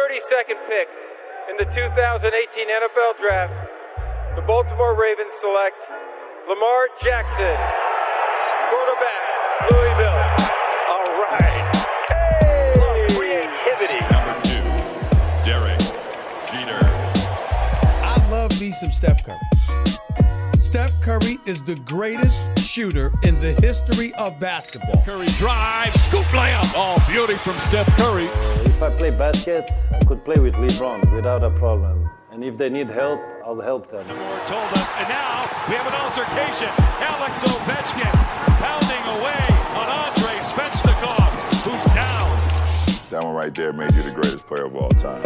32nd pick in the 2018 NFL Draft, the Baltimore Ravens select Lamar Jackson, quarterback, Louisville. All right. Hey! Creativity. Number 2, Derek Jeter. I love me some Steph Curry. Steph Curry is the greatest shooter in the history of basketball. Curry drive, scoop layup. Oh, beauty from Steph Curry. If I play basket, I could play with LeBron without a problem. And if they need help, I'll help them. Moore told us, and now we have an altercation. Alex Ovechkin pounding away on Andrei Svechnikov, who's down. That one right there made you the greatest player of all time.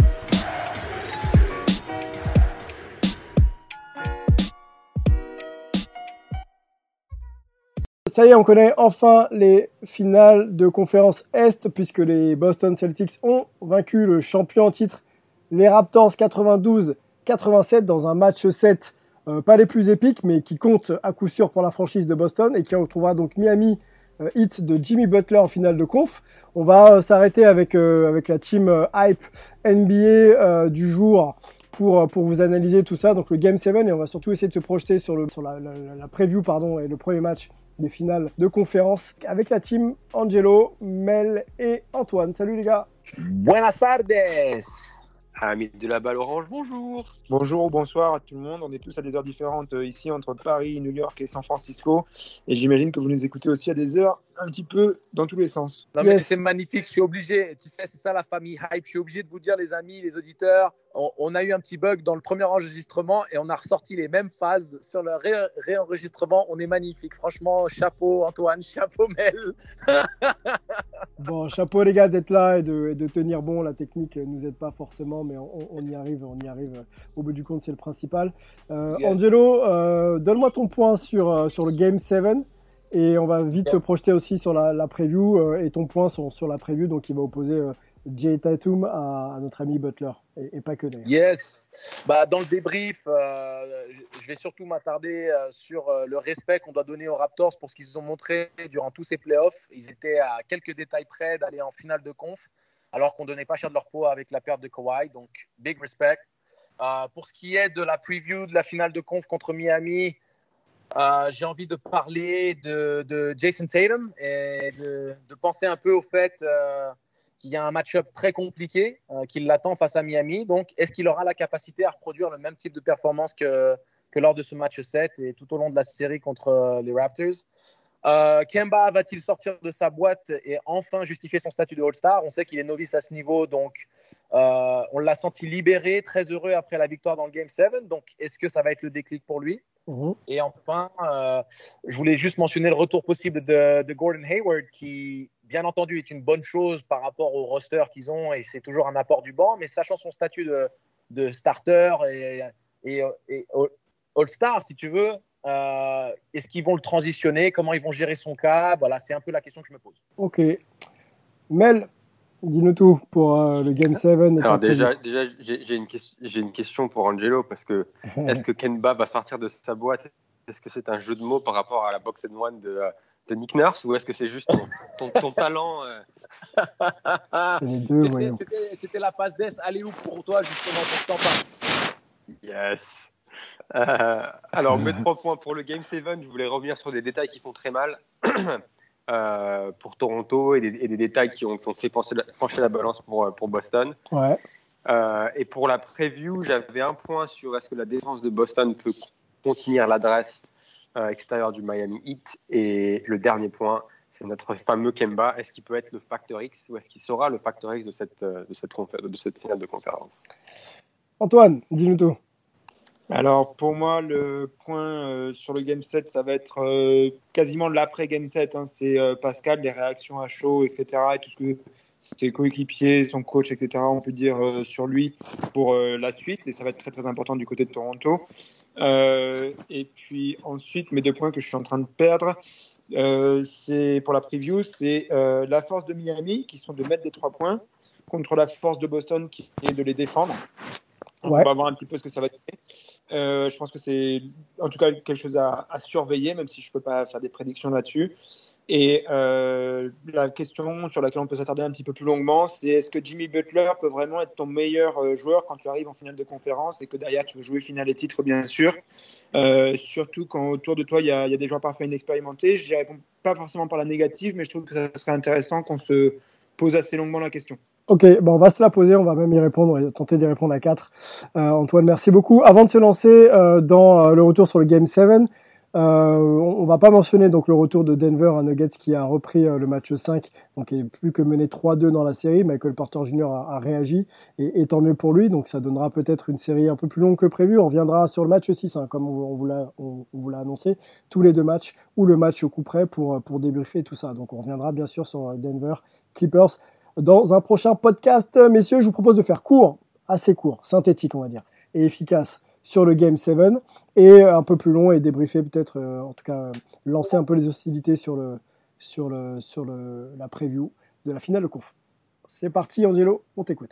Ça y est, on connaît enfin les finales de conférence Est puisque les Boston Celtics ont vaincu le champion en titre, les Raptors 92-87 dans un match 7, pas les plus épiques mais qui compte à coup sûr pour la franchise de Boston et qui retrouvera donc Miami Heat de Jimmy Butler en finale de conf. On va s'arrêter avec la team Hype NBA du jour pour vous analyser tout ça, donc le Game 7, et on va surtout essayer de se projeter sur la preview et le premier match des finales de conférence avec la team Angelo, Mel et Antoine. Salut les gars. Buenas tardes. Amis de la balle orange, bonjour. Bonjour ou bonsoir à tout le monde. On est tous à des heures différentes ici entre Paris, New York et San Francisco. Et j'imagine que vous nous écoutez aussi à des heures un petit peu dans tous les sens. Non mais c'est magnifique, je suis obligé. Tu sais, c'est ça la famille Hype. Je suis obligé de vous dire, les amis, les auditeurs, on a eu un petit bug dans le premier enregistrement et on a ressorti les mêmes phases sur le réenregistrement. On est magnifique. Franchement, chapeau Antoine, chapeau Mel. Bon, chapeau les gars d'être là et de tenir bon. La technique nous aide pas forcément, mais on y arrive. Au bout du compte, c'est le principal. Yes. Angelo, donne-moi ton point sur le Game 7 et on va vite se projeter aussi sur la preview et ton point sur la preview, donc il va opposer Jay Tatum à notre ami Butler et pas que d'ailleurs. Yes. Dans le débrief, je vais surtout m'attarder sur le respect qu'on doit donner aux Raptors pour ce qu'ils ont montré durant tous ces playoffs. Ils étaient à quelques détails près d'aller en finale de conf, alors qu'on ne donnait pas cher de leur peau avec la perte de Kawhi. Donc, big respect. Pour ce qui est de la preview de la finale de conf contre Miami, j'ai envie de parler de Jason Tatum et de penser un peu au fait qu'il y a un match-up très compliqué qui l'attend face à Miami. Donc, est-ce qu'il aura la capacité à reproduire le même type de performance que lors de ce match 7 et tout au long de la série contre les Raptors? Kemba va-t-il sortir de sa boîte et enfin justifier son statut de All-Star? On sait qu'il est novice à ce niveau, donc on l'a senti libéré, très heureux après la victoire dans le Game 7. Donc, est-ce que ça va être le déclic pour lui? Et enfin, je voulais juste mentionner le retour possible de Gordon Hayward, qui, bien entendu, est une bonne chose par rapport au roster qu'ils ont, et c'est toujours un apport du banc, mais sachant son statut de starter et All-Star, si tu veux, est-ce qu'ils vont le transitionner? Comment ils vont gérer son cas? Voilà, c'est un peu la question que je me pose. Ok. Mel, dis-nous tout pour le Game 7. Alors déjà j'ai une question pour Angelo, parce que est-ce que Kemba va sortir de sa boîte? Est-ce que c'est un jeu de mots par rapport à la box and one de Nick Nurse, ou est-ce que c'est juste ton talent C'est les deux, voyons. C'était la passe d'ess. Allez où pour toi, justement, pour t'en parler? Yes. Alors, mes 3 points pour le Game 7, je voulais revenir sur des détails qui font très mal pour Toronto et des détails qui ont fait pencher la balance pour Boston. Ouais. Et pour la preview, j'avais un point sur est-ce que la défense de Boston peut contenir l'adresse extérieure du Miami Heat, et le dernier point, c'est notre fameux Kemba. Est-ce qu'il peut être le facteur X, ou est-ce qu'il sera le facteur X de cette finale de conférence? Antoine, dis-nous tout. Alors pour moi, le point sur le Game 7, ça va être quasiment l'après Game 7. C'est Pascal, les réactions à chaud, etc. Et tout ce que ses coéquipiers, son coach, etc. on peut dire sur lui pour la suite. Et ça va être très très important du côté de Toronto. Et puis ensuite, mes 2 points que je suis en train de perdre, c'est pour la preview, c'est la force de Miami, qui sont de mettre des 3 points, contre la force de Boston, qui est de les défendre. On va voir un petit peu ce que ça va donner. Je pense que c'est en tout cas quelque chose à surveiller, même si je ne peux pas faire des prédictions là-dessus. Et la question sur laquelle on peut s'attarder un petit peu plus longuement, c'est est-ce que Jimmy Butler peut vraiment être ton meilleur joueur quand tu arrives en finale de conférence et que derrière tu veux jouer finale et titre, bien sûr. Surtout quand autour de toi il y a des joueurs parfois inexpérimentés. Je dirais pas forcément par la négative, mais je trouve que ça serait intéressant qu'on se pose assez longuement la question. Ok, bon, on va se la poser, on va même y répondre et tenter d'y répondre à 4. Antoine, merci beaucoup. Avant de se lancer dans le retour sur le Game 7, on va pas mentionner donc le retour de Denver à Nuggets qui a repris le match 5, donc il est plus que mené 3-2 dans la série. Michael Porter Jr. a réagi et tant mieux pour lui, donc ça donnera peut-être une série un peu plus longue que prévu. On reviendra sur le match 6, comme on vous l'a annoncé, tous les 2 matchs ou le match au coup près pour débriefer tout ça. Donc on reviendra bien sûr sur Denver Clippers dans un prochain podcast. Messieurs, je vous propose de faire court, assez court, synthétique on va dire, et efficace sur le Game 7 et un peu plus long et débriefer peut-être, en tout cas lancer un peu les hostilités sur la preview de la finale de conf. C'est parti Angelo, on t'écoute.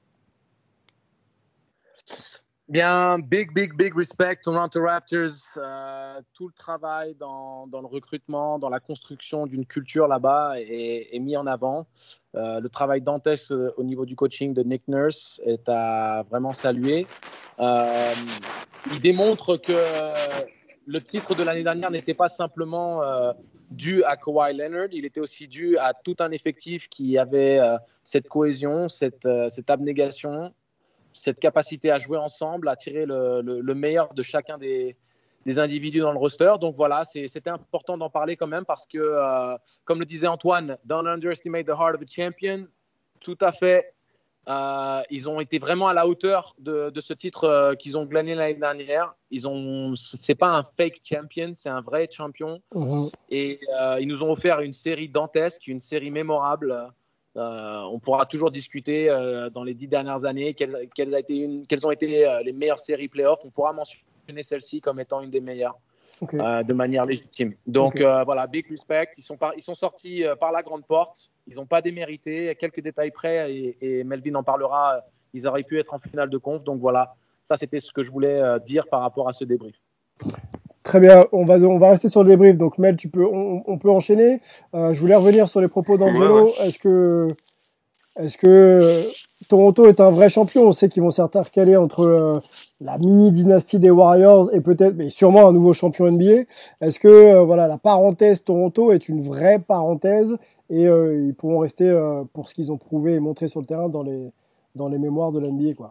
Bien, big respect Toronto Raptors. Tout le travail dans le recrutement, dans la construction d'une culture là-bas est mis en avant. Le travail dantesque au niveau du coaching de Nick Nurse est à vraiment saluer. Il démontre que le titre de l'année dernière n'était pas simplement dû à Kawhi Leonard, il était aussi dû à tout un effectif qui avait cette cohésion, cette abnégation, cette capacité à jouer ensemble, à tirer le meilleur de chacun des individus dans le roster. Donc voilà, c'était important d'en parler quand même parce que, comme le disait Antoine, don't underestimate the heart of a champion. Tout à fait. Ils ont été vraiment à la hauteur de ce titre qu'ils ont glané l'année dernière. C'est pas un fake champion, c'est un vrai champion. Et ils nous ont offert une série dantesque, une série mémorable. On pourra toujours discuter dans les 10 dernières années quelles ont été les meilleures séries playoffs. On pourra mentionner celle-ci comme étant une des meilleures de manière légitime. Donc voilà, big respect. Ils sont sortis par la grande porte. Ils n'ont pas démérité. À quelques détails près, et Melvin en parlera, ils auraient pu être en finale de conf. Donc voilà, ça c'était ce que je voulais dire par rapport à ce débrief. Très bien, on va rester sur le débrief. Donc Mel, on peut enchaîner. Je voulais revenir sur les propos d'Angelo. Ouais. Est-ce que Toronto est un vrai champion? On sait qu'ils vont s'intercaler entre la mini-dynastie des Warriors et peut-être, mais sûrement un nouveau champion NBA. Est-ce que la parenthèse Toronto est une vraie parenthèse et ils pourront rester pour ce qu'ils ont prouvé et montré sur le terrain dans les mémoires de l'NBA, quoi?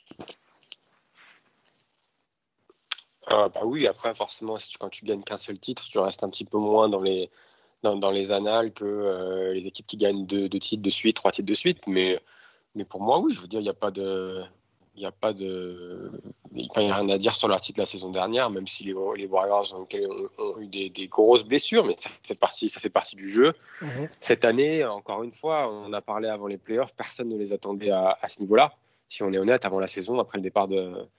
Oui, après forcément, quand tu gagnes qu'un seul titre, tu restes un petit peu moins dans les annales que les équipes qui gagnent 2 titres de suite, 3 titres de suite. Mais pour moi, oui, je veux dire, il n'y a rien à dire sur leur titre la saison dernière, même si les Warriors ont eu des grosses blessures, mais ça fait partie du jeu. Cette année, encore une fois, on a parlé avant les playoffs, personne ne les attendait à ce niveau-là. Si on est honnête, avant la saison, après le départ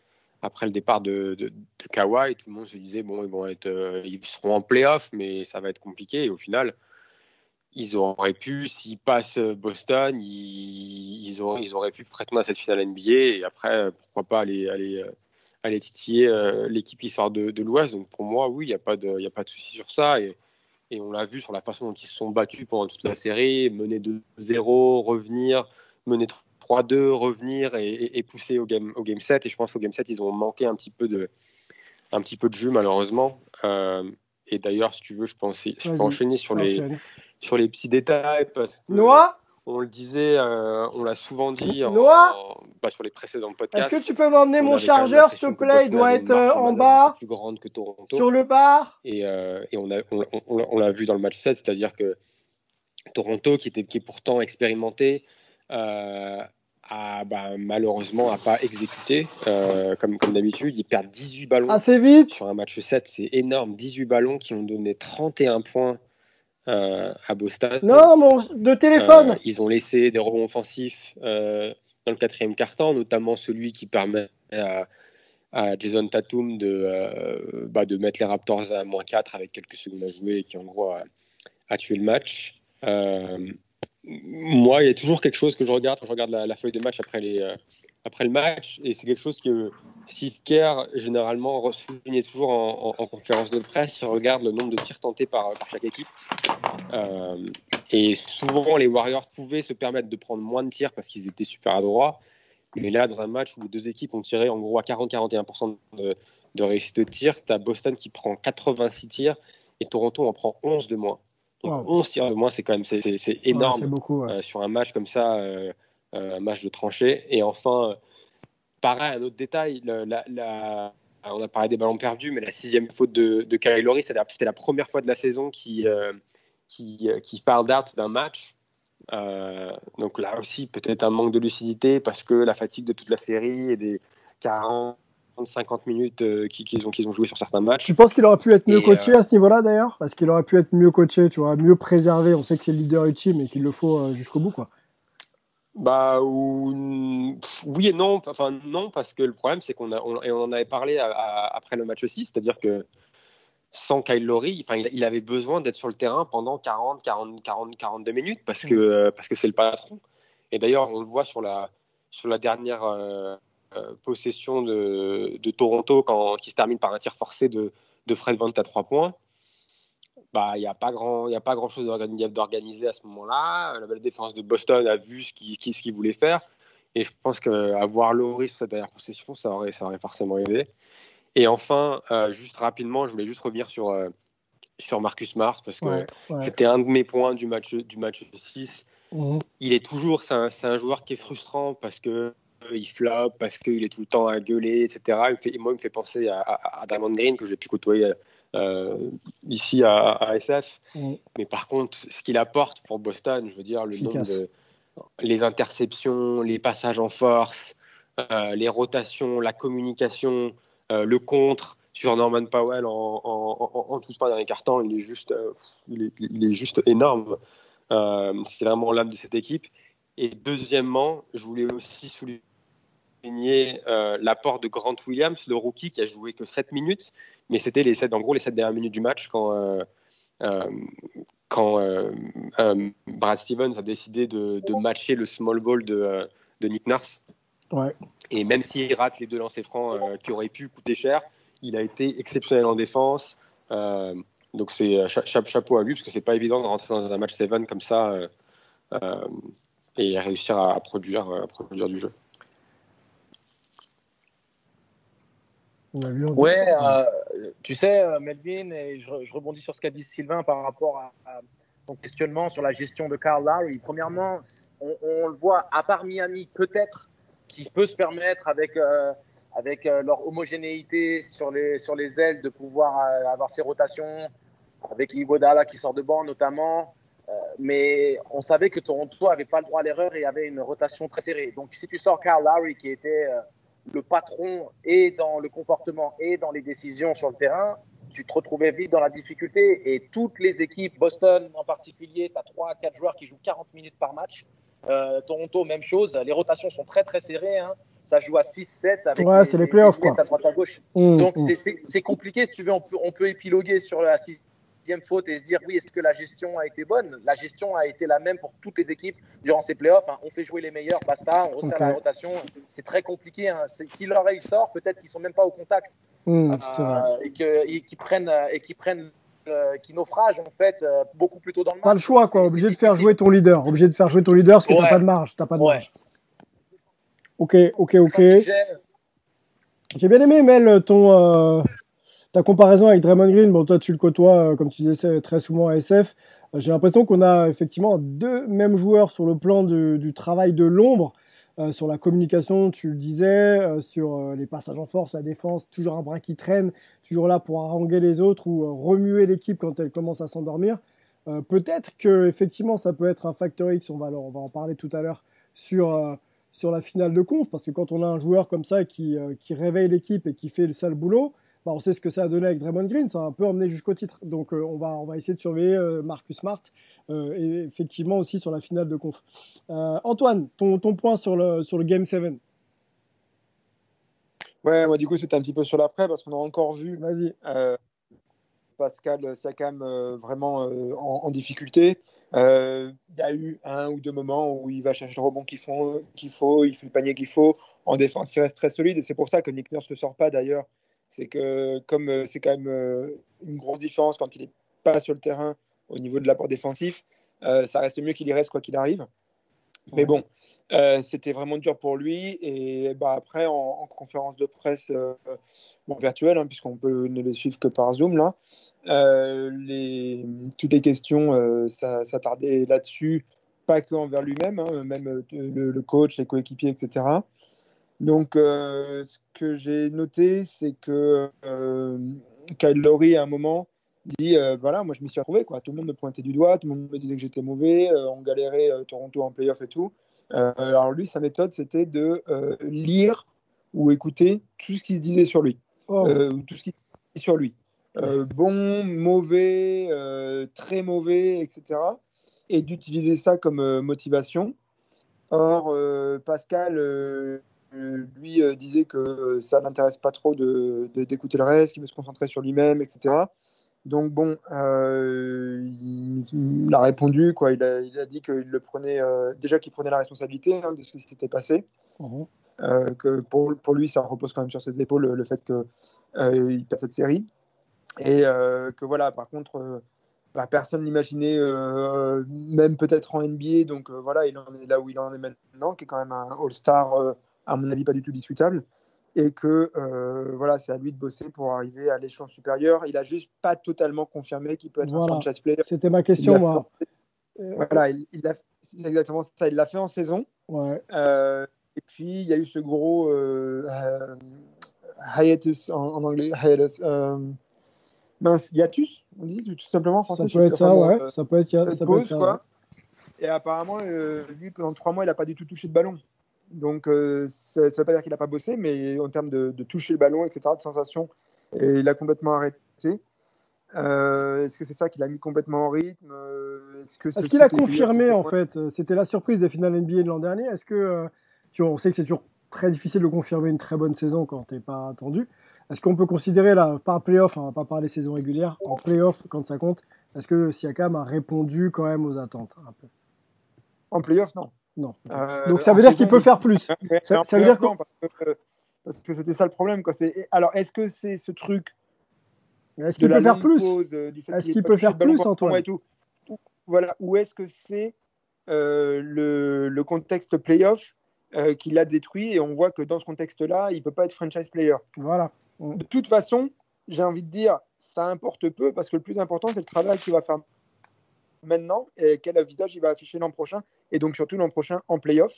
de Kawhi, tout le monde se disait ils seront en play-off, mais ça va être compliqué. Et au final, ils auraient pu, s'ils passent Boston, ils auraient pu prétendre à cette finale NBA. Et après, pourquoi pas aller titiller l'équipe qui sort de l'Ouest. Donc pour moi, oui, il n'y a pas de souci sur ça. Et on l'a vu sur la façon dont ils se sont battus pendant toute la série, mener 2-0, revenir, mener 3-2, revenir et pousser au game 7. Et je pense qu'au game 7, ils ont manqué un petit peu de jus, malheureusement. Et d'ailleurs, si tu veux, je peux enchaîner sur les petits détails. Parce que Noah, on le disait, on l'a souvent dit sur les précédents podcasts. Est-ce que tu peux m'emmener mon chargeur, s'il te plaît? Il doit être en bas, plus grande que Toronto, sur le bar. Et on l'a vu dans le match 7, c'est-à-dire que Toronto, qui est pourtant expérimenté, malheureusement n'a pas exécuté comme d'habitude. Ils perdent 18 ballons assez vite sur un match 7, c'est énorme. 18 ballons qui ont donné 31 points à Boston. Non, de téléphone. Ils ont laissé des rebonds offensifs dans le 4e quart-temps, notamment celui qui permet à Jason Tatum de mettre les Raptors à -4 avec quelques secondes à jouer et qui en gros a tué le match. Moi, il y a toujours quelque chose que je regarde quand je regarde la feuille de match après le match, et c'est quelque chose que Steve Kerr généralement soulignait toujours en conférence de presse. Il regarde le nombre de tirs tentés par chaque équipe, et souvent les Warriors pouvaient se permettre de prendre moins de tirs parce qu'ils étaient super adroits. Mais là, dans un match où les deux équipes ont tiré en gros à 40-41% de réussite de tir, tu as Boston qui prend 86 tirs et Toronto en prend 11 de moins. Donc 11 tirs de moins, c'est quand même c'est énorme, c'est beaucoup, sur un match comme ça, un match de tranchée. Et enfin, pareil, un autre détail, on a parlé des ballons perdus, mais la 6e faute de Kyle Lowry, c'était la première fois de la saison qui fouled out d'un match. Donc là aussi, peut-être un manque de lucidité parce que la fatigue de toute la série et des 40-50 minutes qu'ils ont joué sur certains matchs. Tu penses qu'il aurait pu être mieux coaché à ce niveau-là d'ailleurs? Est-ce qu'il aurait pu être mieux coaché, tu vois, mieux préservé? On sait que c'est le leader ultime et qu'il le faut jusqu'au bout, quoi. Oui et non. Enfin non, parce que le problème c'est qu'on en avait parlé après le match aussi, c'est-à-dire que sans Kyle Lowry, il avait besoin d'être sur le terrain pendant 42 minutes parce que c'est le patron. Et d'ailleurs, on le voit sur la dernière possession de Toronto qui se termine par un tir forcé de Fred VanVleet à 3 points. Il n'y a pas grand-chose d'organisé à ce moment-là. La défense de Boston a vu ce qu'il voulait faire. Et je pense qu'avoir Lowry sur cette dernière possession, ça aurait forcément aidé. Et enfin, juste rapidement, je voulais juste revenir sur Marcus Smart parce que c'était un de mes points du match 6. Il est toujours, c'est un joueur qui est frustrant parce que il flop, parce qu'il est tout le temps à gueuler, etc. Il me fait penser à Draymond Green que j'ai pu côtoyer ici à SF. Mais par contre, ce qu'il apporte pour Boston, je veux dire, les interceptions, les passages en force, les rotations, la communication, le contre sur Norman Powell en tous pas dernier quart-temps, il est juste énorme. C'est vraiment l'âme de cette équipe. Et deuxièmement, je voulais aussi souligner l'apport de Grant Williams, le rookie qui a joué que 7 minutes, mais c'était les 7 dernières minutes du match quand Brad Stevens a décidé de matcher le small ball de Nick Nurse. Et même s'il rate les 2 lancers francs qui auraient pu coûter cher, il a été exceptionnel en défense. Donc c'est chapeau à lui parce que c'est pas évident de rentrer dans un match 7 comme ça et réussir à produire du jeu. Tu sais, Melvin, et je rebondis sur ce qu'a dit Sylvain par rapport à ton questionnement sur la gestion de Kyle Lowry. Premièrement, on le voit, à part Miami, peut-être qui peut se permettre avec leur homogénéité sur les ailes de pouvoir avoir ces rotations, avec Iguodala qui sort de banc notamment. Mais on savait que Toronto n'avait pas le droit à l'erreur et avait une rotation très serrée. Donc si tu sors Kyle Lowry qui était le patron et dans le comportement et dans les décisions sur le terrain, tu te retrouvais vite dans la difficulté. Et toutes les équipes, Boston en particulier, tu as 3-4 joueurs qui jouent 40 minutes par match. Toronto, même chose. Les rotations sont très très serrées. Ça joue à 6-7 avec c'est les playoffs, quoi. À droite à gauche. Donc c'est compliqué. Si tu veux, on peut épiloguer sur la 6e faute et se dire oui, est-ce que la gestion a été bonne? La gestion a été la même pour toutes les équipes durant ces playoffs. On fait jouer les meilleurs, basta, on resserre la rotation. C'est très compliqué. Si l'oreille sort, peut-être qu'ils sont même pas au contact et qui naufragent en fait beaucoup plus tôt dans le match. Pas le choix, quoi. Obligé de faire jouer ton leader. Parce que t'as pas de marge. Ok. J'ai bien aimé, Mel, ta comparaison avec Draymond Green. Bon, toi, tu le côtoies, comme tu disais, très souvent à SF. J'ai l'impression qu'on a effectivement 2 mêmes joueurs sur le plan du travail de l'ombre, sur la communication, tu le disais, sur les passages en force, la défense, toujours un bras qui traîne, toujours là pour haranguer les autres ou remuer l'équipe quand elle commence à s'endormir. Peut-être que effectivement, ça peut être un facteur X. On va en parler tout à l'heure sur la finale de conf, parce que quand on a un joueur comme ça qui réveille l'équipe et qui fait le sale boulot, on sait ce que ça a donné avec Draymond Green, ça a un peu emmené jusqu'au titre. Donc on va essayer de surveiller Marcus Smart et effectivement aussi sur la finale de conf. Antoine, ton point sur le Game 7. Ouais, moi du coup c'était un petit peu sur l'après parce qu'on a encore vu Pascal Siakam vraiment en difficulté. Il y a eu 1 ou 2 moments où il va chercher le rebond qu'il faut, il fait le panier qu'il faut. En défense, il reste très solide et c'est pour ça que Nick Nurse ne le sort pas d'ailleurs. C'est que comme c'est quand même une grosse différence quand il n'est pas sur le terrain au niveau de l'apport défensif, ça reste mieux qu'il y reste quoi qu'il arrive. Mais bon, c'était vraiment dur pour lui. Et après, en conférence de presse virtuelle, puisqu'on peut ne les suivre que par Zoom, là, toutes les questions s'attardaient là-dessus, pas que envers lui-même, même le coach, les coéquipiers, etc. Donc, ce que j'ai noté, c'est que Kyle Lowry, à un moment, dit voilà, moi je m'y suis retrouvé, quoi. Tout le monde me pointait du doigt, tout le monde me disait que j'étais mauvais, on galérait Toronto en playoff et tout. Alors lui, sa méthode, c'était de lire ou écouter tout ce qui se disait sur lui, tout ce qui se disait sur lui, bon, mauvais, très mauvais, etc. Et d'utiliser ça comme motivation. Or, Pascal lui disait que ça l'intéresse pas trop d'écouter le reste, qu'il veut se concentrer sur lui-même, etc. Donc bon, il a répondu, quoi. Il a dit qu'il le prenait, déjà qu'il prenait la responsabilité de ce qui s'était passé. Que pour lui, ça repose quand même sur ses épaules le fait qu'il perd cette série. Et que voilà, par contre, personne n'imaginait, même peut-être en NBA. Donc voilà, il en est là où il en est maintenant, qui est quand même un All-Star, à mon avis, pas du tout discutable. Et que voilà, c'est à lui de bosser pour arriver à l'échelon supérieur. Il a juste pas totalement confirmé qu'il peut être un franchise player. C'était ma question, moi. Voilà, c'est exactement ça. Il l'a fait en saison. Ouais. Et puis il y a eu ce gros hiatus en anglais, hiatus. Hiatus, on dit tout simplement en français. Ça peut être ça, ouais. Ça peut être pause, ça. quoi. Ouais. Et apparemment, lui, pendant 3 mois, il n'a pas du tout touché de ballon. Donc, ça ne veut pas dire qu'il n'a pas bossé, mais en termes de toucher le ballon, etc., de sensation, et il a complètement arrêté. Est-ce que c'est ça qui l'a mis complètement en rythme? Est-ce qu'il a confirmé, en fait? C'était la surprise des finales NBA de l'an dernier. Est-ce que, on sait que c'est toujours très difficile de confirmer une très bonne saison quand tu n'es pas attendu. Est-ce qu'on peut considérer, là, par playoff, on ne va pas parler saison régulière, en playoff, quand ça compte, est-ce que Siakam a répondu quand même aux attentes un peu? En playoff, non. Non. Donc ça veut dire qu'il peut faire plus. Ça veut dire quoi? Parce que c'était ça le problème, quoi. Alors, est-ce que c'est ce truc? Est-ce qu'il peut faire plus? Est-ce qu'il peut faire plus, Antoine? Voilà. Ou est-ce que c'est le contexte playoff qui l'a détruit et on voit que dans ce contexte-là, il ne peut pas être franchise player. Voilà. De toute façon, j'ai envie de dire, ça importe peu parce que le plus important, c'est le travail qu'il va faire maintenant et quel visage il va afficher l'an prochain et donc surtout l'an prochain en playoff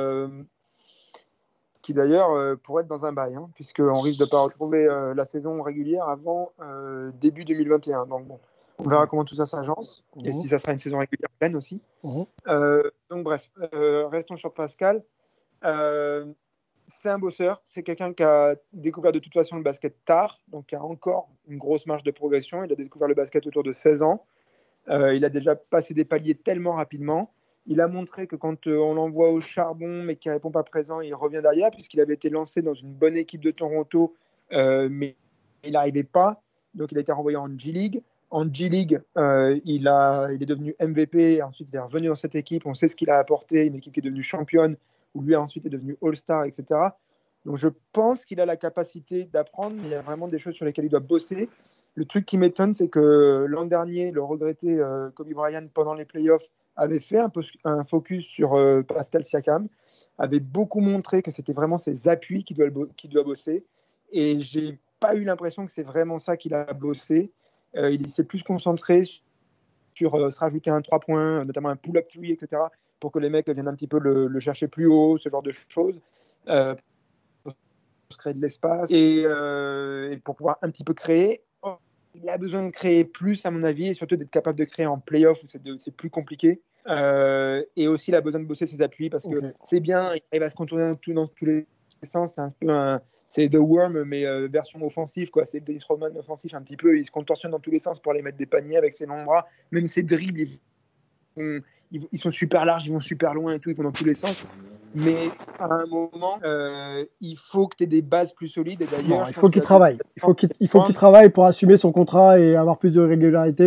qui d'ailleurs pourrait être dans un bail puisqu'on risque de ne pas retrouver la saison régulière avant début 2021. Donc bon, on verra comment tout ça s'agence et si ça sera une saison régulière pleine aussi. Donc bref, restons sur Pascal. C'est un bosseur, c'est quelqu'un qui a découvert de toute façon le basket tard, donc qui a encore une grosse marge de progression. Il a découvert le basket autour de 16 ans. Il a déjà passé des paliers tellement rapidement. Il a montré que quand on l'envoie au charbon mais qu'il ne répond pas présent, il revient derrière puisqu'il avait été lancé dans une bonne équipe de Toronto, mais il n'arrivait pas. Donc il a été renvoyé en G-League. En G-League, il est devenu MVP. Ensuite, il est revenu dans cette équipe. On sait ce qu'il a apporté, une équipe qui est devenue championne, où lui ensuite est devenu All-Star, etc. Donc je pense qu'il a la capacité d'apprendre, mais il y a vraiment des choses sur lesquelles il doit bosser. Le truc qui m'étonne, c'est que l'an dernier, le regretté Kobe Bryant, pendant les playoffs, avait fait un focus sur Pascal Siakam, avait beaucoup montré que c'était vraiment ses appuis qu'il doit bosser. Et j'ai pas eu l'impression que c'est vraiment ça qu'il a bossé. Il s'est plus concentré sur se rajouter un 3 points, notamment un pull-up 3, etc., pour que les mecs viennent un petit peu le chercher plus haut, ce genre de choses, pour se créer de l'espace et pour pouvoir un petit peu créer. Il a besoin de créer plus, à mon avis, et surtout d'être capable de créer en play-off où c'est plus compliqué. Et aussi, il a besoin de bosser ses appuis parce que c'est bien, il va se contourner dans tous les sens. C'est un peu c'est The Worm, mais version offensive, quoi. C'est Dennis Rodman offensif un petit peu. Il se contorsionne dans tous les sens pour aller mettre des paniers avec ses longs bras. Même ses dribbles, ils sont super larges, ils vont super loin et tout, ils vont dans tous les sens. Mais à un moment, il faut que tu aies des bases plus solides. Et d'ailleurs, il faut qu'il travaille. Il faut qu'il travaille pour assumer son contrat et avoir plus de régularité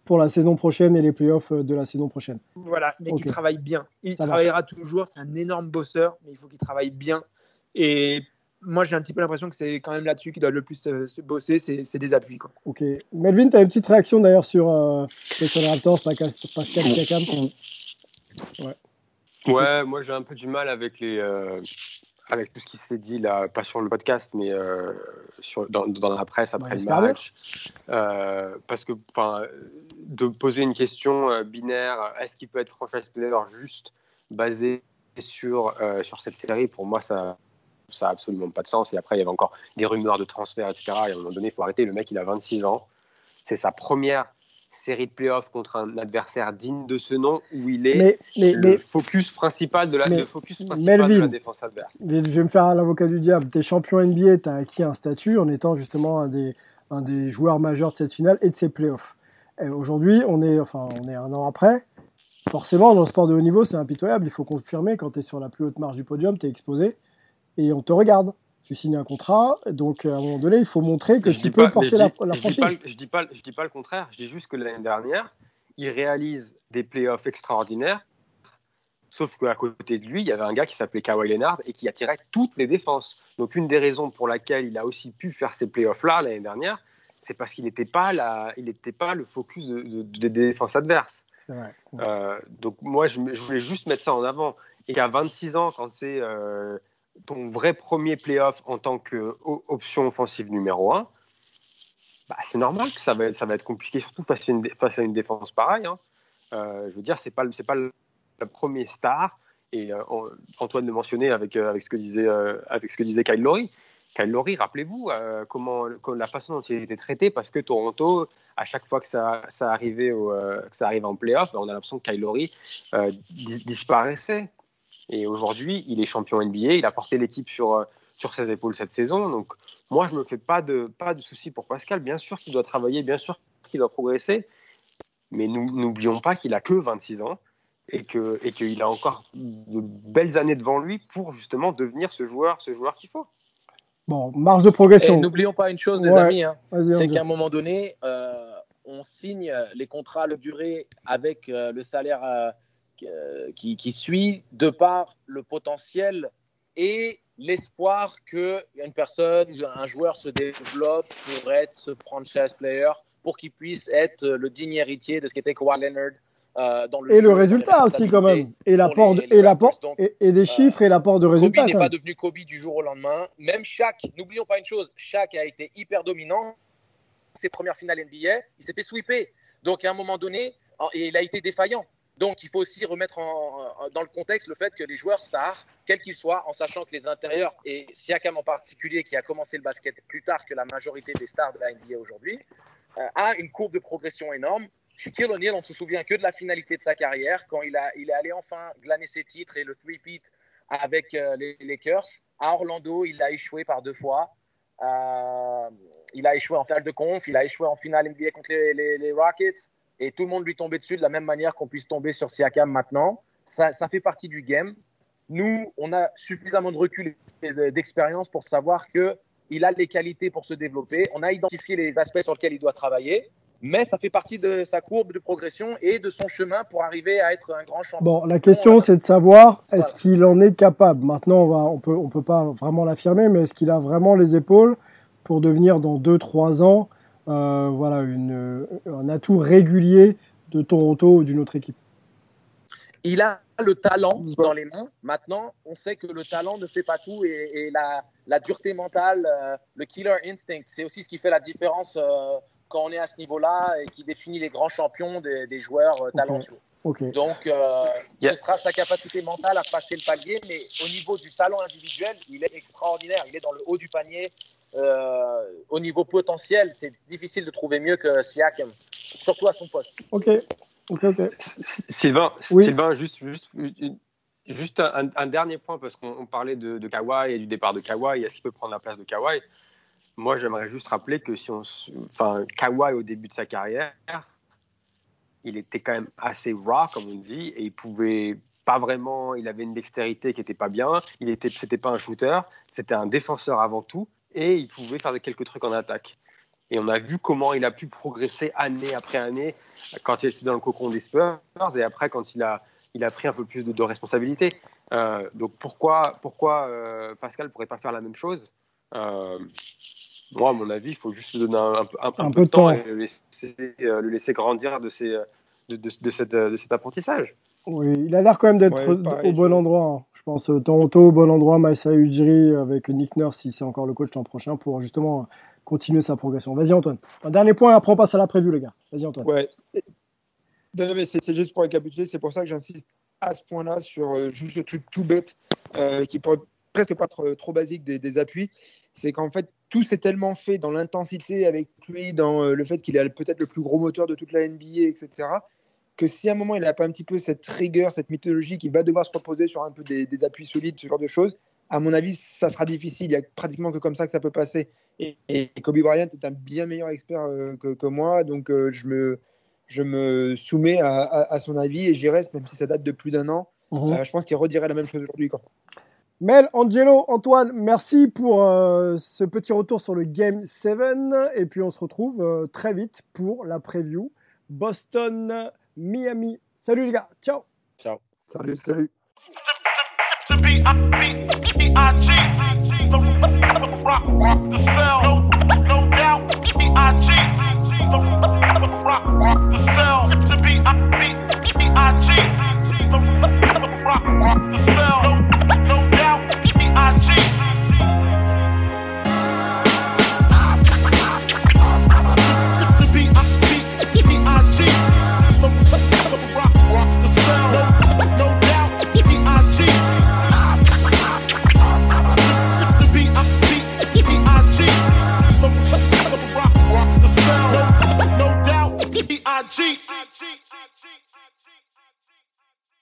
pour la saison prochaine et les playoffs de la saison prochaine. Voilà, mais Ok. qui travaille bien. Il Ça travaillera toujours, c'est un énorme bosseur, mais il faut qu'il travaille bien. Et moi, j'ai un petit peu l'impression que c'est quand même là-dessus qu'il doit le plus se bosser, c'est des appuis, quoi. Ok. Melvin, tu as une petite réaction d'ailleurs sur les Raptors, Pascal Siakam. Ouais, moi j'ai un peu du mal avec avec tout ce qui s'est dit là, pas sur le podcast, mais dans la presse après le match. Parce que, de poser une question binaire, est-ce qu'il peut être franchise player juste basé sur cette série, pour moi ça n'a absolument pas de sens. Et après, il y avait encore des rumeurs de transfert, etc. Et à un moment donné, il faut arrêter. Le mec, il a 26 ans. C'est sa première série de playoffs contre un adversaire digne de ce nom, où il est le focus principal de la défense adverse. Je vais me faire l'avocat du diable. Tu es champion NBA, tu as acquis un statut en étant justement un des joueurs majeurs de cette finale et de ces playoffs. Et aujourd'hui, on est un an après. Forcément, dans le sport de haut niveau, c'est impitoyable. Il faut confirmer, quand tu es sur la plus haute marche du podium, tu es exposé et on te regarde. Tu signes un contrat, donc à un moment donné, il faut montrer que tu peux porter la franchise. Je dis pas le contraire. Je dis juste que l'année dernière, il réalise des playoffs extraordinaires, sauf qu'à côté de lui, il y avait un gars qui s'appelait Kawhi Leonard et qui attirait toutes les défenses. Donc une des raisons pour laquelle il a aussi pu faire ces playoffs-là l'année dernière, c'est parce qu'il n'était pas le focus des défenses adverses. C'est vrai. Donc moi, je voulais juste mettre ça en avant. Et qu'à 26 ans, quand c'est ton vrai premier playoff en tant qu'option offensive numéro 1, c'est normal que ça va être compliqué, surtout face à une défense pareille. Hein. Je veux dire, c'est pas le premier star. Et Antoine le mentionnait avec ce que disait Kyle Lowry. Kyle Lowry, rappelez-vous la façon dont il était traité, parce que Toronto, à chaque fois que ça arrivait en playoff, on a l'impression que Kyle Lowry disparaissait. Et aujourd'hui, il est champion NBA, il a porté l'équipe sur ses épaules cette saison. Donc, moi, je ne me fais pas de soucis pour Pascal. Bien sûr qu'il doit travailler, bien sûr qu'il doit progresser. Mais n'oublions pas qu'il a que 26 ans et qu'il a encore de belles années devant lui pour justement devenir ce joueur qu'il faut. Bon, marge de progression. Et n'oublions pas une chose, les amis, c'est qu'à un moment donné, on signe les contrats de durée avec le salaire qui suit, de par le potentiel et l'espoir qu'une personne, un joueur se développe pour être ce franchise player, pour qu'il puisse être le digne héritier de ce qu'était Kawhi Leonard. Et le résultat aussi quand même, et l'apport et des chiffres et l'apport de résultats. Kobe n'est pas devenu Kobe du jour au lendemain. Même Shaq, n'oublions pas une chose, Shaq a été hyper dominant. Ses premières finales NBA, il s'est fait sweeper. Donc à un moment donné, il a été défaillant. Donc il faut aussi remettre dans le contexte le fait que les joueurs stars, quels qu'ils soient, en sachant que les intérieurs, et Siakam en particulier, qui a commencé le basket plus tard que la majorité des stars de la NBA aujourd'hui, a une courbe de progression énorme. Shaquille O'Neal, on ne se souvient que de la finalité de sa carrière, quand il est allé enfin glaner ses titres et le three-peat avec les Lakers. À Orlando, il a échoué par 2 fois. Il a échoué en finale de conf, il a échoué en finale NBA contre les Rockets. Et tout le monde lui tombait dessus de la même manière qu'on puisse tomber sur Siakam maintenant. Ça fait partie du game. Nous, on a suffisamment de recul et d'expérience pour savoir qu'il a les qualités pour se développer. On a identifié les aspects sur lesquels il doit travailler. Mais ça fait partie de sa courbe de progression et de son chemin pour arriver à être un grand champion. Bon, la question, c'est de savoir, est-ce qu'il en est capable? Maintenant, on peut pas vraiment l'affirmer, mais est-ce qu'il a vraiment les épaules pour devenir dans 2-3 ans un atout régulier de Toronto ou d'une autre équipe? Il a le talent dans les mains. Maintenant, on sait que le talent ne fait pas tout et la dureté mentale, le killer instinct, c'est aussi ce qui fait la différence quand on est à ce niveau-là et qui définit les grands champions des joueurs talentueux. Okay. Donc, ce sera sa capacité mentale à passer le palier, mais au niveau du talent individuel, il est extraordinaire. Il est dans le haut du panier. Au niveau potentiel, c'est difficile de trouver mieux que Siakam, surtout à son poste. Ok. Sylvain, oui. Sylvain, juste un dernier point, parce qu'on parlait de Kawhi et du départ de Kawhi, est-ce qu'il peut prendre la place de Kawhi? Moi, j'aimerais juste rappeler que Kawhi, au début de sa carrière, il était quand même assez raw, comme on dit, et il pouvait pas vraiment, il avait une dextérité qui était pas bien, c'était pas un shooter, c'était un défenseur avant tout, et il pouvait faire quelques trucs en attaque. Et on a vu comment il a pu progresser année après année quand il était dans le cocon des Spurs et après quand il a pris un peu plus de responsabilité. Donc pourquoi Pascal ne pourrait pas faire la même chose? Moi, à mon avis, il faut juste lui donner un peu de temps et le laisser grandir de cet apprentissage. Oui, il a l'air quand même d'être au bon endroit. Hein. Je pense Toronto au bon endroit, Masai Ujiri avec Nick Nurse si c'est encore le coach l'an prochain pour justement continuer sa progression. Vas-y Antoine. Un dernier point et après on passe à la preview les gars. Vas-y Antoine. Ouais. Non, mais c'est juste pour récapituler, c'est pour ça que j'insiste à ce point-là sur juste le truc tout bête qui pourrait presque pas être trop basique des appuis. C'est qu'en fait tout s'est tellement fait dans l'intensité avec lui, dans le fait qu'il a peut-être le plus gros moteur de toute la NBA, etc., que si à un moment il n'a pas un petit peu cette rigueur, cette mythologie qui va devoir se reposer sur un peu des appuis solides, ce genre de choses, à mon avis, ça sera difficile. Il n'y a pratiquement que comme ça que ça peut passer. Et Kobe Bryant est un bien meilleur expert que moi, donc je me soumets à son avis et j'y reste, même si ça date de plus d'1 an. Je pense qu'il redirait la même chose aujourd'hui, quoi. Mel, Angelo, Antoine, merci pour ce petit retour sur le Game 7. Et puis on se retrouve très vite pour la preview Boston-Miami. Salut les gars, ciao. Ciao. Salut.